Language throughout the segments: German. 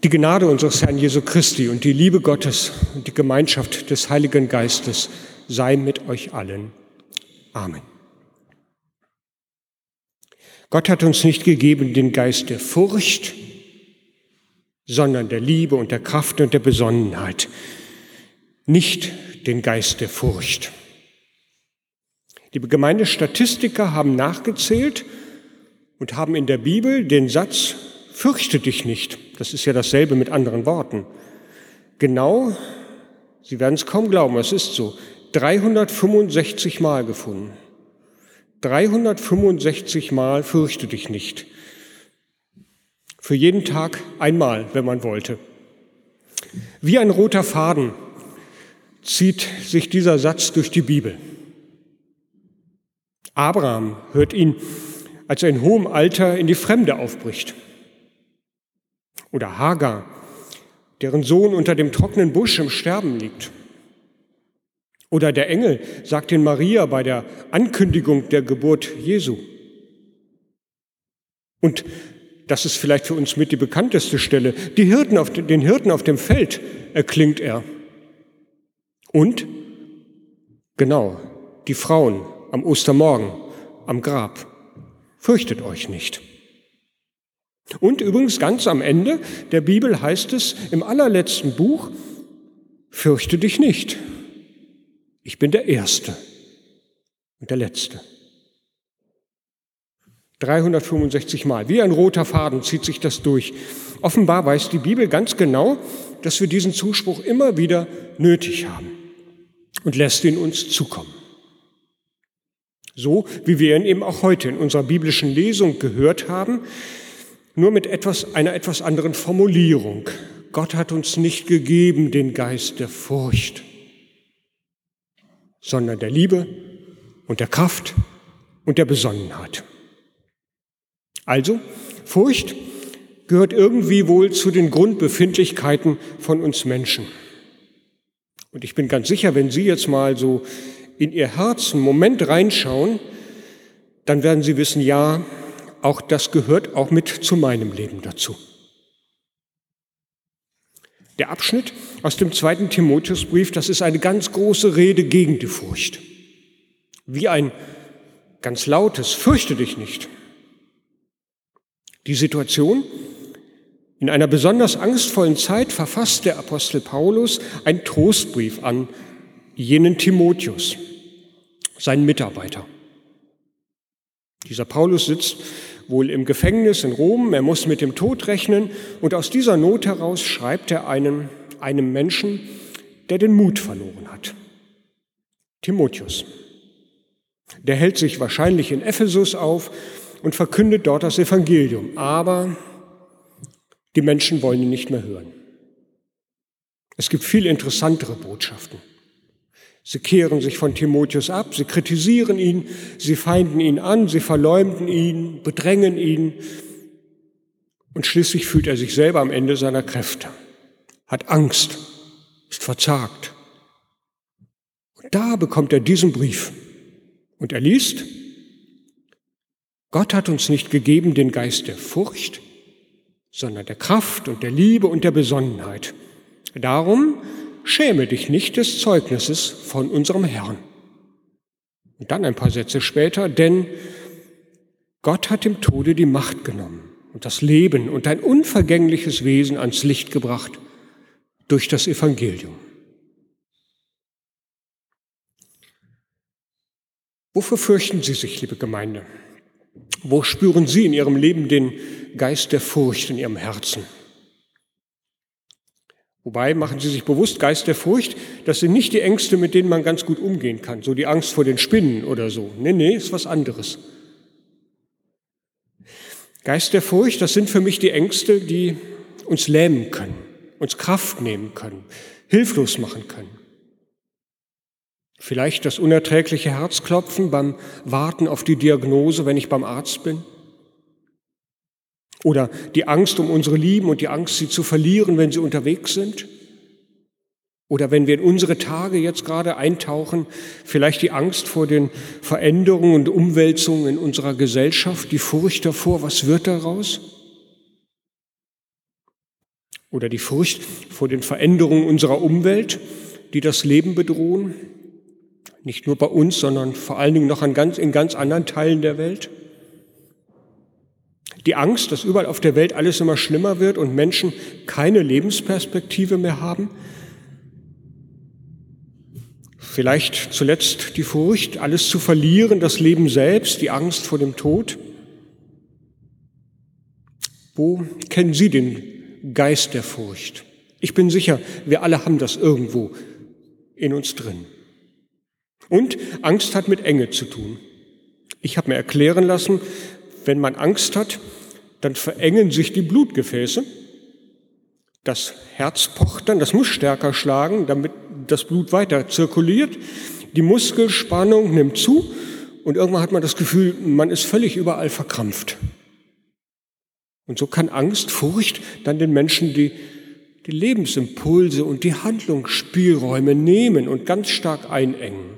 Die Gnade unseres Herrn Jesu Christi und die Liebe Gottes und die Gemeinschaft des Heiligen Geistes sei mit euch allen. Amen. Gott hat uns nicht gegeben den Geist der Furcht, sondern der Liebe und der Kraft und der Besonnenheit. Nicht den Geist der Furcht. Die Gemeindestatistiker haben nachgezählt und haben in der Bibel den Satz „Fürchte dich nicht“, das ist ja dasselbe mit anderen Worten, genau, Sie werden es kaum glauben, es ist so, 365 Mal gefunden. 365 Mal fürchte dich nicht. Für jeden Tag einmal, wenn man wollte. Wie ein roter Faden zieht sich dieser Satz durch die Bibel. Abraham hört ihn, als er in hohem Alter in die Fremde aufbricht. Oder Hagar, deren Sohn unter dem trockenen Busch im Sterben liegt. Oder der Engel sagt den Maria bei der Ankündigung der Geburt Jesu. Und das ist vielleicht für uns mit die bekannteste Stelle. Den Hirten auf dem Feld erklingt er. Und, genau, die Frauen am Ostermorgen am Grab. Fürchtet euch nicht. Und übrigens ganz am Ende der Bibel heißt es im allerletzten Buch, fürchte dich nicht. Ich bin der Erste und der Letzte. 365 Mal, wie ein roter Faden zieht sich das durch. Offenbar weiß die Bibel ganz genau, dass wir diesen Zuspruch immer wieder nötig haben und lässt ihn uns zukommen. So wie wir ihn eben auch heute in unserer biblischen Lesung gehört haben, nur mit einer etwas anderen Formulierung. Gott hat uns nicht gegeben den Geist der Furcht, sondern der Liebe und der Kraft und der Besonnenheit. Also, Furcht gehört irgendwie wohl zu den Grundbefindlichkeiten von uns Menschen. Und ich bin ganz sicher, wenn Sie jetzt mal so in Ihr Herz einen Moment reinschauen, dann werden Sie wissen, ja, auch das gehört auch mit zu meinem Leben dazu. Der Abschnitt aus dem 2. Timotheusbrief, das ist eine ganz große Rede gegen die Furcht. Wie ein ganz lautes „Fürchte dich nicht“. Die Situation: In einer besonders angstvollen Zeit verfasst der Apostel Paulus einen Trostbrief an jenen Timotheus, seinen Mitarbeiter. Dieser Paulus sitzt wohl im Gefängnis in Rom, er muss mit dem Tod rechnen und aus dieser Not heraus schreibt er einem Menschen, der den Mut verloren hat. Timotheus. Der hält sich wahrscheinlich in Ephesus auf und verkündet dort das Evangelium, aber die Menschen wollen ihn nicht mehr hören. Es gibt viel interessantere Botschaften. Sie kehren sich von Timotheus ab, sie kritisieren ihn, sie feinden ihn an, sie verleumden ihn, bedrängen ihn. Und schließlich fühlt er sich selber am Ende seiner Kräfte, hat Angst, ist verzagt. Und da bekommt er diesen Brief und er liest: Gott hat uns nicht gegeben den Geist der Furcht, sondern der Kraft und der Liebe und der Besonnenheit. Darum schäme dich nicht des Zeugnisses von unserem Herrn. Und dann ein paar Sätze später: Denn Gott hat dem Tode die Macht genommen und das Leben und ein unvergängliches Wesen ans Licht gebracht durch das Evangelium. Wofür fürchten Sie sich, liebe Gemeinde? Wo spüren Sie in Ihrem Leben den Geist der Furcht in Ihrem Herzen? Wobei, machen Sie sich bewusst, Geist der Furcht, das sind nicht die Ängste, mit denen man ganz gut umgehen kann, so die Angst vor den Spinnen oder so. Nee, ist was anderes. Geist der Furcht, das sind für mich die Ängste, die uns lähmen können, uns Kraft nehmen können, hilflos machen können. Vielleicht das unerträgliche Herzklopfen beim Warten auf die Diagnose, wenn ich beim Arzt bin. Oder die Angst um unsere Lieben und die Angst, sie zu verlieren, wenn sie unterwegs sind. Oder wenn wir in unsere Tage jetzt gerade eintauchen, vielleicht die Angst vor den Veränderungen und Umwälzungen in unserer Gesellschaft, die Furcht davor, was wird daraus? Oder die Furcht vor den Veränderungen unserer Umwelt, die das Leben bedrohen. Nicht nur bei uns, sondern vor allen Dingen noch in ganz anderen Teilen der Welt. Die Angst, dass überall auf der Welt alles immer schlimmer wird und Menschen keine Lebensperspektive mehr haben. Vielleicht zuletzt die Furcht, alles zu verlieren, das Leben selbst, die Angst vor dem Tod. Wo kennen Sie den Geist der Furcht? Ich bin sicher, wir alle haben das irgendwo in uns drin. Und Angst hat mit Enge zu tun. Ich habe mir erklären lassen, wenn man Angst hat, dann verengen sich die Blutgefäße. Das Herz pocht dann, das muss stärker schlagen, damit das Blut weiter zirkuliert. Die Muskelspannung nimmt zu und irgendwann hat man das Gefühl, man ist völlig überall verkrampft. Und so kann Angst, Furcht dann den Menschen die Lebensimpulse und die Handlungsspielräume nehmen und ganz stark einengen.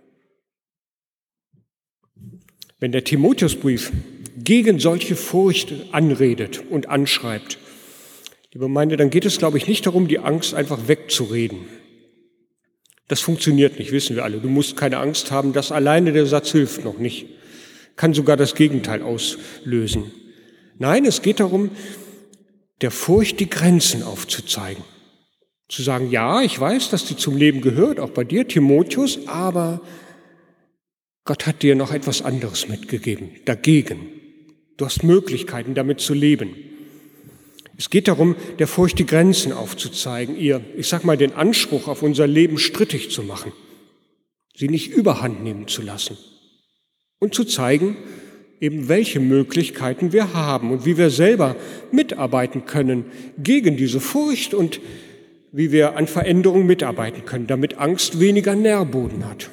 Wenn der Timotheusbrief gegen solche Furcht anredet und anschreibt, liebe Gemeinde, dann geht es, glaube ich, nicht darum, die Angst einfach wegzureden. Das funktioniert nicht, wissen wir alle. Du musst keine Angst haben, das alleine der Satz hilft noch nicht. Kann sogar das Gegenteil auslösen. Nein, es geht darum, der Furcht die Grenzen aufzuzeigen. Zu sagen, ja, ich weiß, dass die zum Leben gehört, auch bei dir, Timotheus, aber Gott hat dir noch etwas anderes mitgegeben, dagegen. Du hast Möglichkeiten, damit zu leben. Es geht darum, der Furcht die Grenzen aufzuzeigen, den Anspruch auf unser Leben strittig zu machen, sie nicht überhand nehmen zu lassen und zu zeigen, eben welche Möglichkeiten wir haben und wie wir selber mitarbeiten können gegen diese Furcht und wie wir an Veränderungen mitarbeiten können, damit Angst weniger Nährboden hat.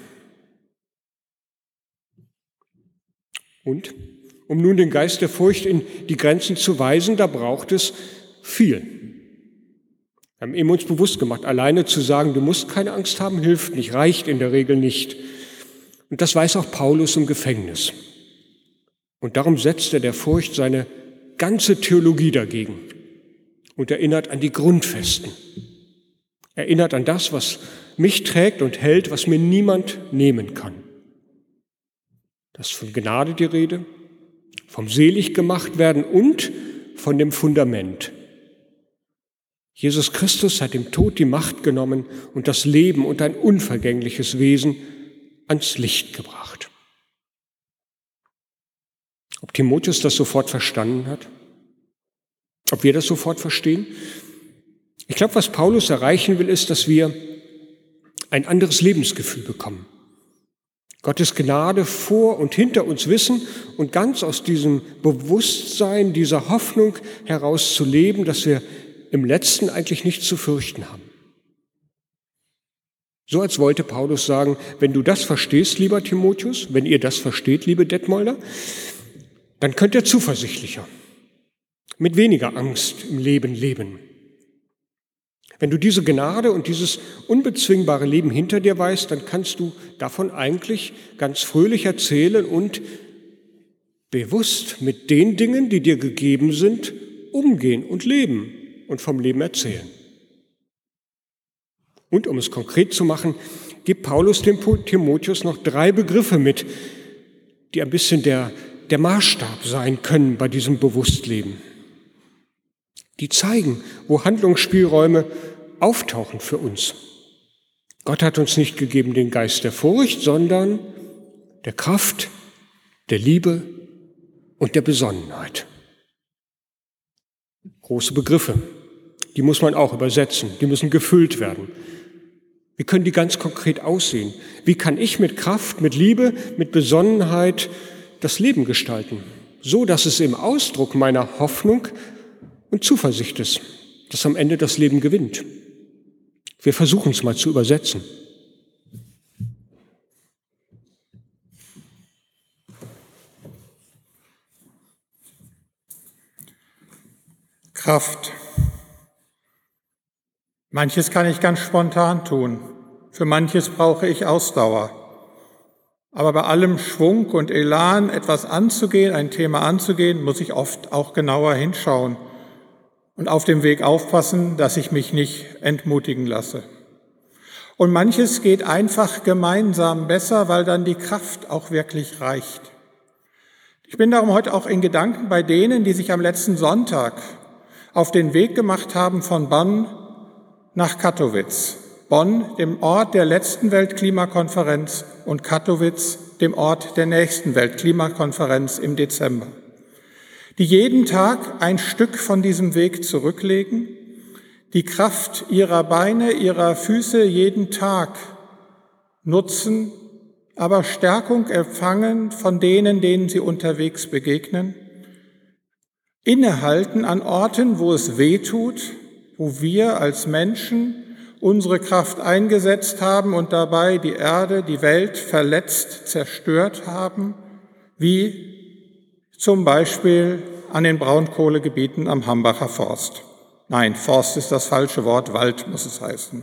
Und um nun den Geist der Furcht in die Grenzen zu weisen, da braucht es viel. Wir haben eben uns bewusst gemacht, alleine zu sagen, du musst keine Angst haben, hilft nicht, reicht in der Regel nicht. Und das weiß auch Paulus im Gefängnis. Und darum setzt er der Furcht seine ganze Theologie dagegen und erinnert an die Grundfesten. Erinnert an das, was mich trägt und hält, was mir niemand nehmen kann. Da ist von Gnade die Rede, vom selig gemacht werden und von dem Fundament. Jesus Christus hat dem Tod die Macht genommen und das Leben und ein unvergängliches Wesen ans Licht gebracht. Ob Timotheus das sofort verstanden hat? Ob wir das sofort verstehen? Ich glaube, was Paulus erreichen will, ist, dass wir ein anderes Lebensgefühl bekommen. Gottes Gnade vor und hinter uns wissen und ganz aus diesem Bewusstsein, dieser Hoffnung heraus zu leben, dass wir im Letzten eigentlich nichts zu fürchten haben. So als wollte Paulus sagen, wenn du das verstehst, lieber Timotheus, wenn ihr das versteht, liebe Detmolder, dann könnt ihr zuversichtlicher, mit weniger Angst im Leben leben. Wenn du diese Gnade und dieses unbezwingbare Leben hinter dir weißt, dann kannst du davon eigentlich ganz fröhlich erzählen und bewusst mit den Dingen, die dir gegeben sind, umgehen und leben und vom Leben erzählen. Und um es konkret zu machen, gibt Paulus dem Timotheus noch 3 Begriffe mit, die ein bisschen der Maßstab sein können bei diesem Bewusstleben. Die zeigen, wo Handlungsspielräume auftauchen für uns. Gott hat uns nicht gegeben den Geist der Furcht, sondern der Kraft, der Liebe und der Besonnenheit. Große Begriffe, die muss man auch übersetzen, die müssen gefüllt werden. Wie können die ganz konkret aussehen? Wie kann ich mit Kraft, mit Liebe, mit Besonnenheit das Leben gestalten, so dass es im Ausdruck meiner Hoffnung und Zuversicht ist, dass am Ende das Leben gewinnt? Wir versuchen es mal zu übersetzen. Kraft. Manches kann ich ganz spontan tun. Für manches brauche ich Ausdauer. Aber bei allem Schwung und Elan, etwas anzugehen, ein Thema anzugehen, muss ich oft auch genauer hinschauen und auf dem Weg aufpassen, dass ich mich nicht entmutigen lasse. Und manches geht einfach gemeinsam besser, weil dann die Kraft auch wirklich reicht. Ich bin darum heute auch in Gedanken bei denen, die sich am letzten Sonntag auf den Weg gemacht haben von Bonn nach Kattowitz. Bonn, dem Ort der letzten Weltklimakonferenz, und Kattowitz, dem Ort der nächsten Weltklimakonferenz im Dezember. Die jeden Tag ein Stück von diesem Weg zurücklegen, die Kraft ihrer Beine, ihrer Füße jeden Tag nutzen, aber Stärkung empfangen von denen sie unterwegs begegnen, innehalten an Orten, wo es weh tut, wo wir als Menschen unsere Kraft eingesetzt haben und dabei die Erde, die Welt verletzt, zerstört haben, wie zum Beispiel an den Braunkohlegebieten am Hambacher Forst. Nein, Forst ist das falsche Wort, Wald muss es heißen.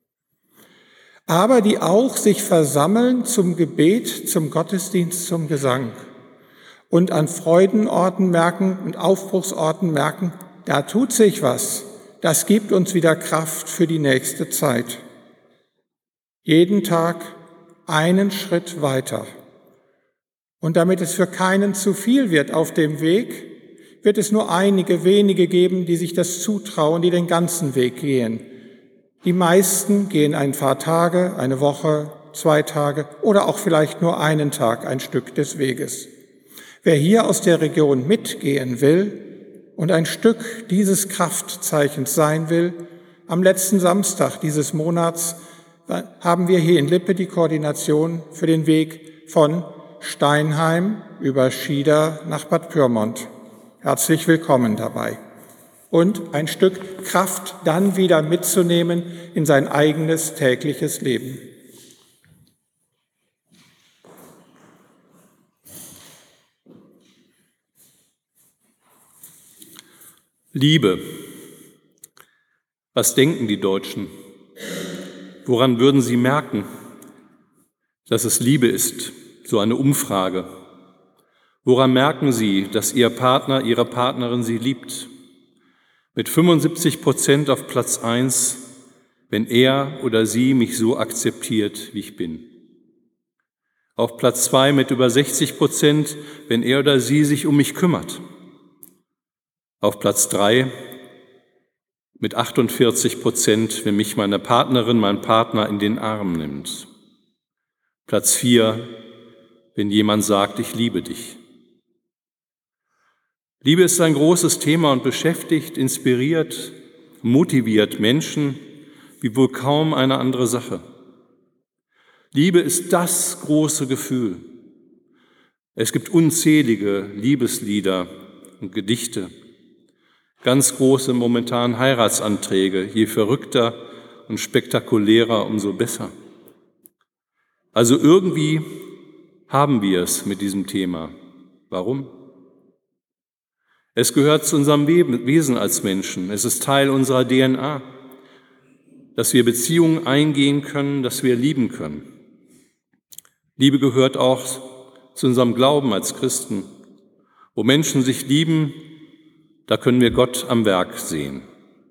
Aber die auch sich versammeln zum Gebet, zum Gottesdienst, zum Gesang und an Freudenorten merken und Aufbruchsorten merken, da tut sich was. Das gibt uns wieder Kraft für die nächste Zeit. Jeden Tag einen Schritt weiter. Und damit es für keinen zu viel wird auf dem Weg, wird es nur einige wenige geben, die sich das zutrauen, die den ganzen Weg gehen. Die meisten gehen ein paar Tage, eine Woche, 2 Tage oder auch vielleicht nur einen Tag ein Stück des Weges. Wer hier aus der Region mitgehen will und ein Stück dieses Kraftzeichens sein will, am letzten Samstag dieses Monats haben wir hier in Lippe die Koordination für den Weg von Steinheim über Schieder nach Bad Pyrmont. Herzlich willkommen dabei. Und ein Stück Kraft dann wieder mitzunehmen in sein eigenes tägliches Leben. Liebe. Was denken die Deutschen? Woran würden sie merken, dass es Liebe ist? So eine Umfrage. Woran merken sie, dass ihr Partner, ihre Partnerin sie liebt? Mit 75% auf Platz 1, wenn er oder sie mich so akzeptiert, wie ich bin. Auf Platz 2 mit über 60%, wenn er oder sie sich um mich kümmert. Auf Platz 3 mit 48%, wenn mich meine Partnerin, mein Partner in den Arm nimmt. Platz 4, wenn jemand sagt, ich liebe dich. Liebe ist ein großes Thema und beschäftigt, inspiriert, motiviert Menschen wie wohl kaum eine andere Sache. Liebe ist das große Gefühl. Es gibt unzählige Liebeslieder und Gedichte, ganz große momentan Heiratsanträge, je verrückter und spektakulärer, umso besser. Also irgendwie haben wir es mit diesem Thema. Warum? Es gehört zu unserem Wesen als Menschen. Es ist Teil unserer DNA, dass wir Beziehungen eingehen können, dass wir lieben können. Liebe gehört auch zu unserem Glauben als Christen. Wo Menschen sich lieben, da können wir Gott am Werk sehen.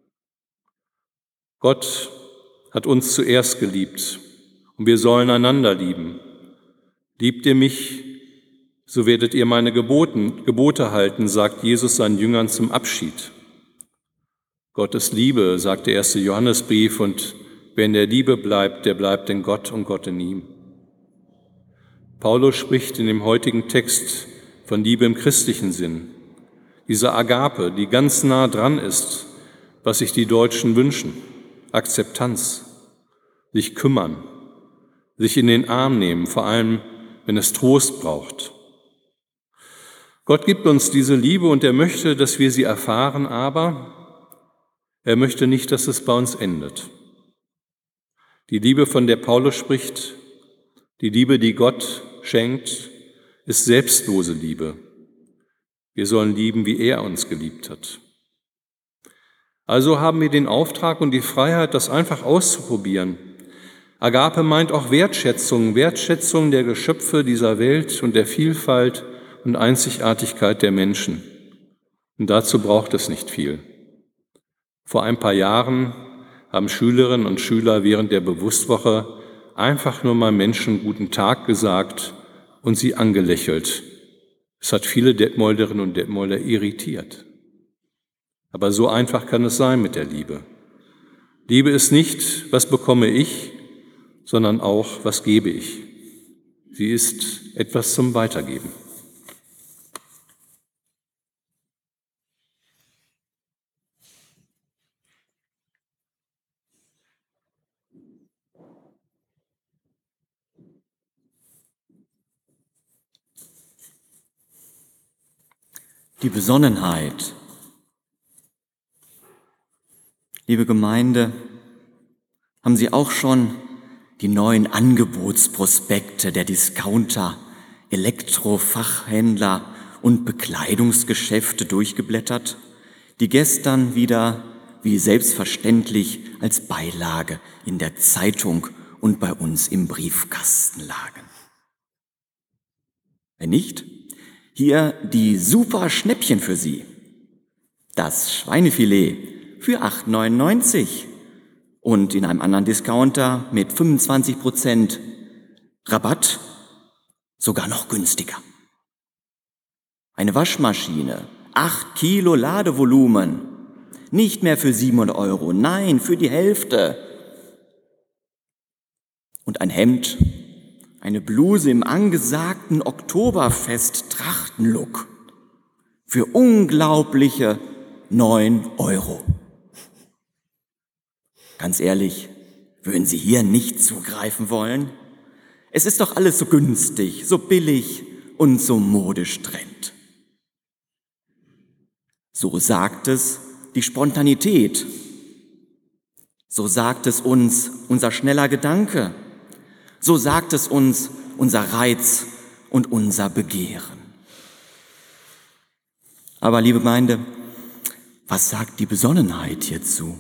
Gott hat uns zuerst geliebt und wir sollen einander lieben. Liebt ihr mich, so werdet ihr meine Gebote halten, sagt Jesus seinen Jüngern zum Abschied. Gottes Liebe, sagt der 1. Johannesbrief, und wer in der Liebe bleibt, der bleibt in Gott und Gott in ihm. Paulus spricht in dem heutigen Text von Liebe im christlichen Sinn. Diese Agape, die ganz nah dran ist, was sich die Deutschen wünschen. Akzeptanz, sich kümmern, sich in den Arm nehmen, vor allem, wenn es Trost braucht. Gott gibt uns diese Liebe und er möchte, dass wir sie erfahren, aber er möchte nicht, dass es bei uns endet. Die Liebe, von der Paulus spricht, die Liebe, die Gott schenkt, ist selbstlose Liebe. Wir sollen lieben, wie er uns geliebt hat. Also haben wir den Auftrag und die Freiheit, das einfach auszuprobieren. Agape meint auch Wertschätzung der Geschöpfe dieser Welt und der Vielfalt und Einzigartigkeit der Menschen. Und dazu braucht es nicht viel. Vor ein paar Jahren haben Schülerinnen und Schüler während der Bewusstwoche einfach nur mal Menschen guten Tag gesagt und sie angelächelt. Es hat viele Detmolderinnen und Detmolder irritiert. Aber so einfach kann es sein mit der Liebe. Liebe ist nicht, was bekomme ich, sondern auch, was gebe ich. Sie ist etwas zum Weitergeben. Die Besonnenheit. Liebe Gemeinde, haben Sie auch schon die neuen Angebotsprospekte der Discounter, Elektrofachhändler und Bekleidungsgeschäfte durchgeblättert, die gestern wieder wie selbstverständlich als Beilage in der Zeitung und bei uns im Briefkasten lagen? Wenn nicht, hier die super Schnäppchen für Sie. Das Schweinefilet für 8,99 € und in einem anderen Discounter mit 25% Rabatt sogar noch günstiger. Eine Waschmaschine, 8 Kilo Ladevolumen, nicht mehr für 700 €, nein, für die Hälfte. Und ein Hemd, eine Bluse im angesagten Oktoberfest-Trachtenlook für unglaubliche 9 €. Ganz ehrlich, würden Sie hier nicht zugreifen wollen? Es ist doch alles so günstig, so billig und so modisch Trend. So sagt es die Spontanität. So sagt es uns unser schneller Gedanke. So sagt es uns unser Reiz und unser Begehren. Aber liebe Gemeinde, was sagt die Besonnenheit hierzu?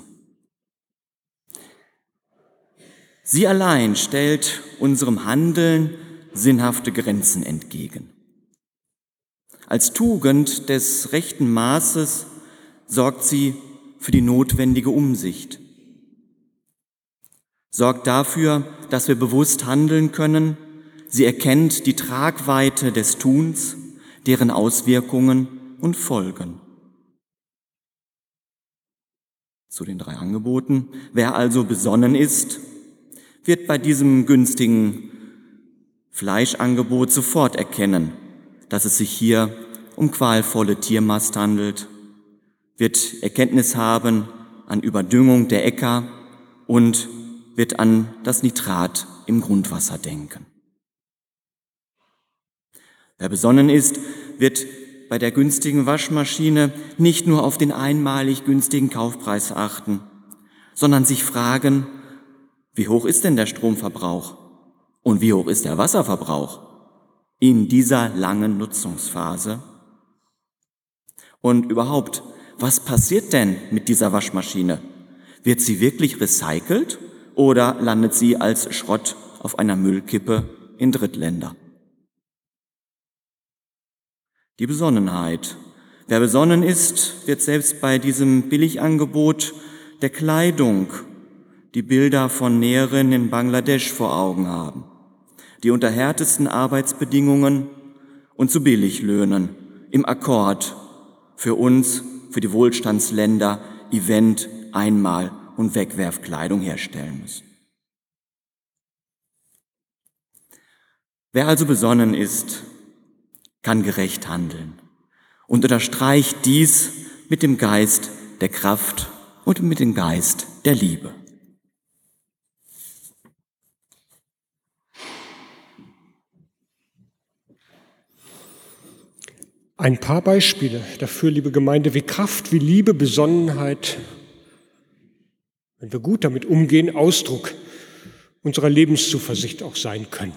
Sie allein stellt unserem Handeln sinnhafte Grenzen entgegen. Als Tugend des rechten Maßes sorgt sie für die notwendige Umsicht. Sorgt dafür, dass wir bewusst handeln können. Sie erkennt die Tragweite des Tuns, deren Auswirkungen und Folgen. Zu den 3 Angeboten. Wer also besonnen ist, wird bei diesem günstigen Fleischangebot sofort erkennen, dass es sich hier um qualvolle Tiermast handelt, wird Erkenntnis haben an Überdüngung der Äcker und wird an das Nitrat im Grundwasser denken. Wer besonnen ist, wird bei der günstigen Waschmaschine nicht nur auf den einmalig günstigen Kaufpreis achten, sondern sich fragen, wie hoch ist denn der Stromverbrauch und wie hoch ist der Wasserverbrauch in dieser langen Nutzungsphase? Und überhaupt, was passiert denn mit dieser Waschmaschine? Wird sie wirklich recycelt oder landet sie als Schrott auf einer Müllkippe in Drittländer? Die Besonnenheit. Wer besonnen ist, wird selbst bei diesem Billigangebot der Kleidung die Bilder von Näherinnen in Bangladesch vor Augen haben, die unter härtesten Arbeitsbedingungen und zu Billiglöhnen im Akkord für uns, für die Wohlstandsländer, Event-, Einmal- und Wegwerfkleidung herstellen müssen. Wer also besonnen ist, kann gerecht handeln und unterstreicht dies mit dem Geist der Kraft und mit dem Geist der Liebe. Ein paar Beispiele dafür, liebe Gemeinde, wie Kraft, wie Liebe, Besonnenheit, wenn wir gut damit umgehen, Ausdruck unserer Lebenszuversicht auch sein können.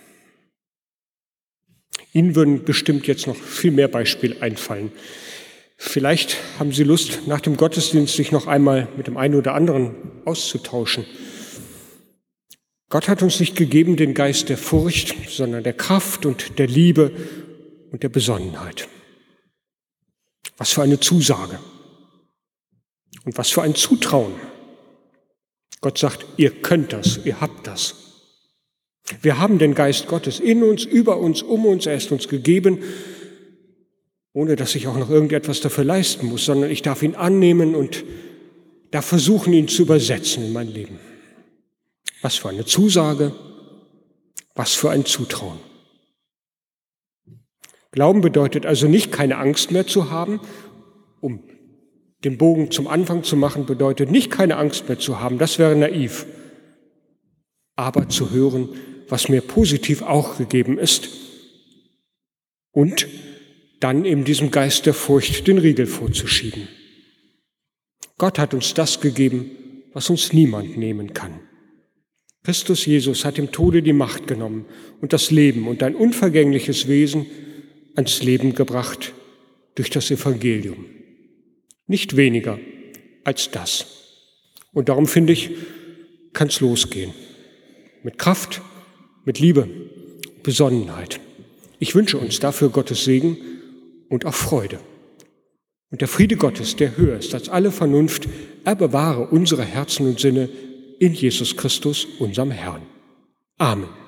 Ihnen würden bestimmt jetzt noch viel mehr Beispiele einfallen. Vielleicht haben Sie Lust, nach dem Gottesdienst sich noch einmal mit dem einen oder anderen auszutauschen. Gott hat uns nicht gegeben den Geist der Furcht, sondern der Kraft und der Liebe und der Besonnenheit. Was für eine Zusage. Und was für ein Zutrauen. Gott sagt, ihr könnt das, ihr habt das. Wir haben den Geist Gottes in uns, über uns, um uns. Er ist uns gegeben, ohne dass ich auch noch irgendetwas dafür leisten muss, sondern ich darf ihn annehmen und darf versuchen, ihn zu übersetzen in mein Leben. Was für eine Zusage, was für ein Zutrauen. Glauben bedeutet also nicht, keine Angst mehr zu haben. Um den Bogen zum Anfang zu machen, bedeutet nicht, keine Angst mehr zu haben. Das wäre naiv. Aber zu hören, was mir positiv auch gegeben ist und dann eben diesem Geist der Furcht den Riegel vorzuschieben. Gott hat uns das gegeben, was uns niemand nehmen kann. Christus Jesus hat dem Tode die Macht genommen und das Leben und ein unvergängliches Wesen ans Leben gebracht durch das Evangelium. Nicht weniger als das. Und darum finde ich, kann es losgehen. Mit Kraft, mit Liebe, Besonnenheit. Ich wünsche uns dafür Gottes Segen und auch Freude. Und der Friede Gottes, der höher ist als alle Vernunft, er bewahre unsere Herzen und Sinne in Jesus Christus, unserem Herrn. Amen.